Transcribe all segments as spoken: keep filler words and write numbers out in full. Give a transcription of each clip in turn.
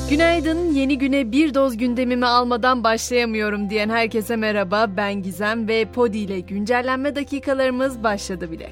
Günaydın, yeni güne bir doz gündemimi almadan başlayamıyorum diyen herkese merhaba, ben Gizem ve Podi ile güncellenme dakikalarımız başladı bile.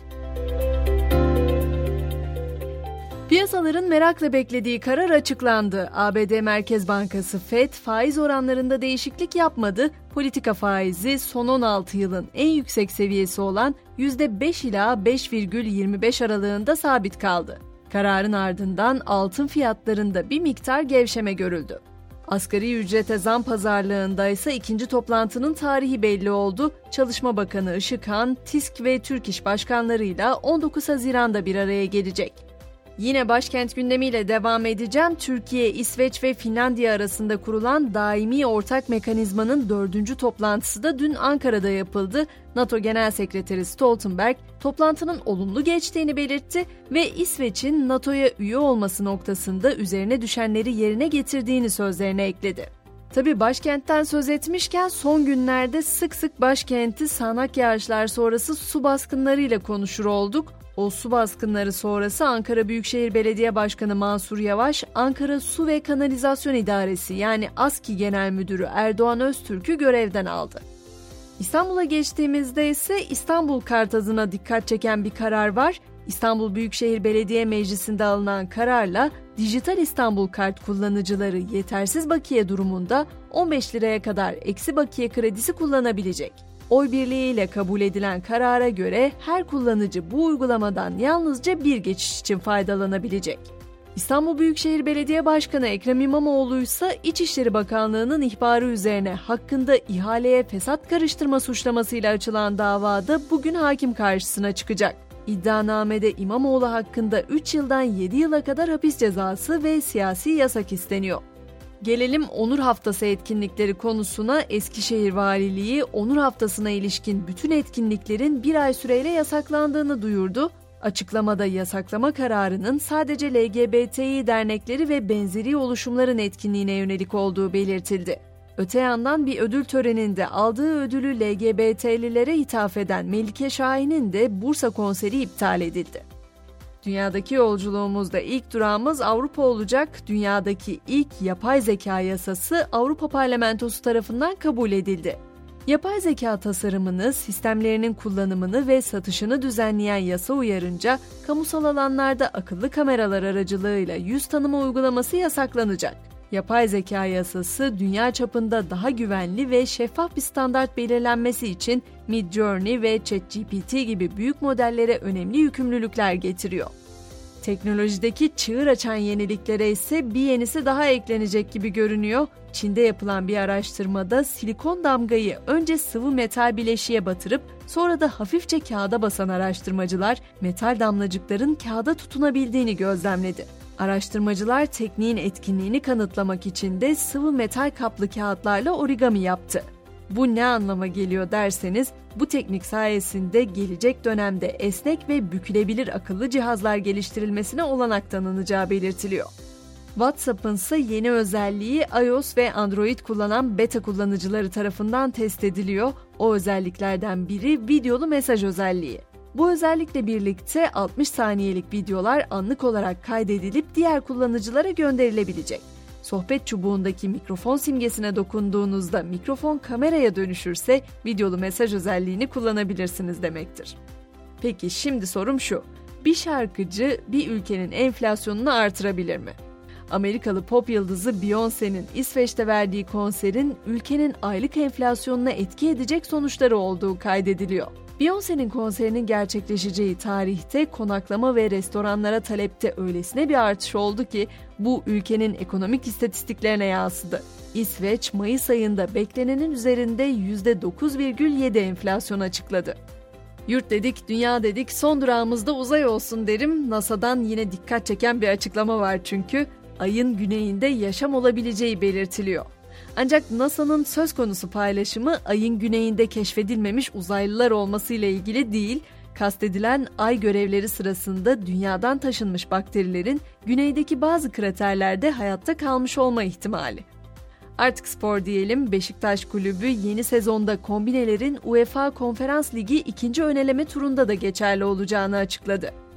Piyasaların merakla beklediği karar açıklandı. A B D Merkez Bankası Fed faiz oranlarında değişiklik yapmadı. Politika faizi son on altı yılın en yüksek seviyesi olan yüzde beş ila beş virgül yirmi beş aralığında sabit kaldı. Kararın ardından altın fiyatlarında bir miktar gevşeme görüldü. Asgari ücrete zam pazarlığında ise ikinci toplantının tarihi belli oldu. Çalışma Bakanı Işıkhan, TİSK ve Türk İş başkanlarıyla on dokuz Haziran'da bir araya gelecek. Yine başkent gündemiyle devam edeceğim. Türkiye, İsveç ve Finlandiya arasında kurulan daimi ortak mekanizmanın dördüncü toplantısı da dün Ankara'da yapıldı. NATO Genel Sekreteri Stoltenberg toplantının olumlu geçtiğini belirtti ve İsveç'in NATO'ya üye olması noktasında üzerine düşenleri yerine getirdiğini sözlerine ekledi. Tabii başkentten söz etmişken son günlerde sık sık başkenti sağanak yağışlar sonrası su baskınlarıyla konuşur olduk. O su baskınları sonrası Ankara Büyükşehir Belediye Başkanı Mansur Yavaş, Ankara Su ve Kanalizasyon İdaresi yani ASKİ Genel Müdürü Erdoğan Öztürk'ü görevden aldı. İstanbul'a geçtiğimizde ise İstanbul Kart adına dikkat çeken bir karar var. İstanbul Büyükşehir Belediye Meclisi'nde alınan kararla Dijital İstanbul Kart kullanıcıları yetersiz bakiye durumunda on beş liraya kadar eksi bakiye kredisi kullanabilecek. Oy birliğiyle kabul edilen karara göre her kullanıcı bu uygulamadan yalnızca bir geçiş için faydalanabilecek. İstanbul Büyükşehir Belediye Başkanı Ekrem İmamoğlu ise İçişleri Bakanlığı'nın ihbarı üzerine hakkında ihaleye fesat karıştırma suçlamasıyla açılan davada bugün hakim karşısına çıkacak. İddianamede İmamoğlu hakkında üç yıldan yedi yıla kadar hapis cezası ve siyasi yasak isteniyor. Gelelim Onur Haftası etkinlikleri konusuna. Eskişehir Valiliği Onur Haftası'na ilişkin bütün etkinliklerin bir ay süreyle yasaklandığını duyurdu. Açıklamada yasaklama kararının sadece L G B T İ dernekleri ve benzeri oluşumların etkinliğine yönelik olduğu belirtildi. Öte yandan bir ödül töreninde aldığı ödülü L G B T'lilere ithaf eden Melike Şahin'in de Bursa konseri iptal edildi. Dünyadaki yolculuğumuzda ilk durağımız Avrupa olacak. Dünyadaki ilk yapay zeka yasası Avrupa Parlamentosu tarafından kabul edildi. Yapay zeka tasarımını, sistemlerinin kullanımını ve satışını düzenleyen yasa uyarınca kamusal alanlarda akıllı kameralar aracılığıyla yüz tanıma uygulaması yasaklanacak. Yapay zeka yasası dünya çapında daha güvenli ve şeffaf bir standart belirlenmesi için Midjourney ve ChatGPT gibi büyük modellere önemli yükümlülükler getiriyor. Teknolojideki çığır açan yeniliklere ise bir yenisi daha eklenecek gibi görünüyor. Çin'de yapılan bir araştırmada silikon damgayı önce sıvı metal bileşiğe batırıp sonra da hafifçe kağıda basan araştırmacılar metal damlacıkların kağıda tutunabildiğini gözlemledi. Araştırmacılar tekniğin etkinliğini kanıtlamak için de sıvı metal kaplı kağıtlarla origami yaptı. Bu ne anlama geliyor derseniz, bu teknik sayesinde gelecek dönemde esnek ve bükülebilir akıllı cihazlar geliştirilmesine olanak tanınacağı belirtiliyor. WhatsApp'ın ise yeni özelliği iOS ve Android kullanan beta kullanıcıları tarafından test ediliyor. O özelliklerden biri videolu mesaj özelliği. Bu özellikle birlikte altmış saniyelik videolar anlık olarak kaydedilip diğer kullanıcılara gönderilebilecek. Sohbet çubuğundaki mikrofon simgesine dokunduğunuzda mikrofon kameraya dönüşürse videolu mesaj özelliğini kullanabilirsiniz demektir. Peki şimdi sorum şu: bir şarkıcı bir ülkenin enflasyonunu artırabilir mi? Amerikalı pop yıldızı Beyoncé'nin İsveç'te verdiği konserin ülkenin aylık enflasyonuna etki edecek sonuçları olduğu kaydediliyor. Beyoncé'nin konserinin gerçekleşeceği tarihte konaklama ve restoranlara talepte öylesine bir artış oldu ki bu ülkenin ekonomik istatistiklerine yansıdı. İsveç, Mayıs ayında beklenenin üzerinde yüzde dokuz virgül yedi enflasyon açıkladı. Yurt dedik, dünya dedik, son durağımızda uzay olsun derim. NASA'dan yine dikkat çeken bir açıklama var çünkü ayın güneyinde yaşam olabileceği belirtiliyor. Ancak NASA'nın söz konusu paylaşımı ayın güneyinde keşfedilmemiş uzaylılar olmasıyla ilgili değil, kastedilen ay görevleri sırasında dünyadan taşınmış bakterilerin güneydeki bazı kraterlerde hayatta kalmış olma ihtimali. Artık spor diyelim. Beşiktaş Kulübü yeni sezonda kombinelerin UEFA Konferans Ligi ikinci öneleme turunda da geçerli olacağını açıkladı.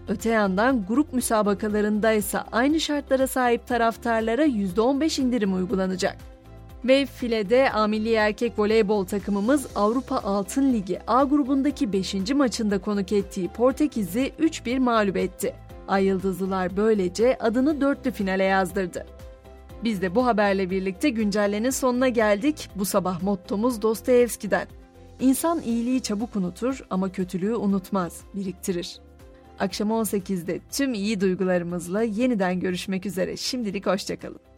Öte yandan grup müsabakalarında ise aynı şartlara sahip taraftarlara yüzde on beş indirim uygulanacak. Ve filede A Milli Erkek Voleybol takımımız Avrupa Altın Ligi A grubundaki beşinci maçında konuk ettiği Portekiz'i üç bir mağlup etti. Ay Yıldızlılar böylece adını dörtlü finale yazdırdı. Biz de bu haberle birlikte güncellenin sonuna geldik. Bu sabah mottomuz Dostoyevski'den. İnsan iyiliği çabuk unutur ama kötülüğü unutmaz, biriktirir. Akşam on sekizde tüm iyi duygularımızla yeniden görüşmek üzere. Şimdilik hoşça kalın.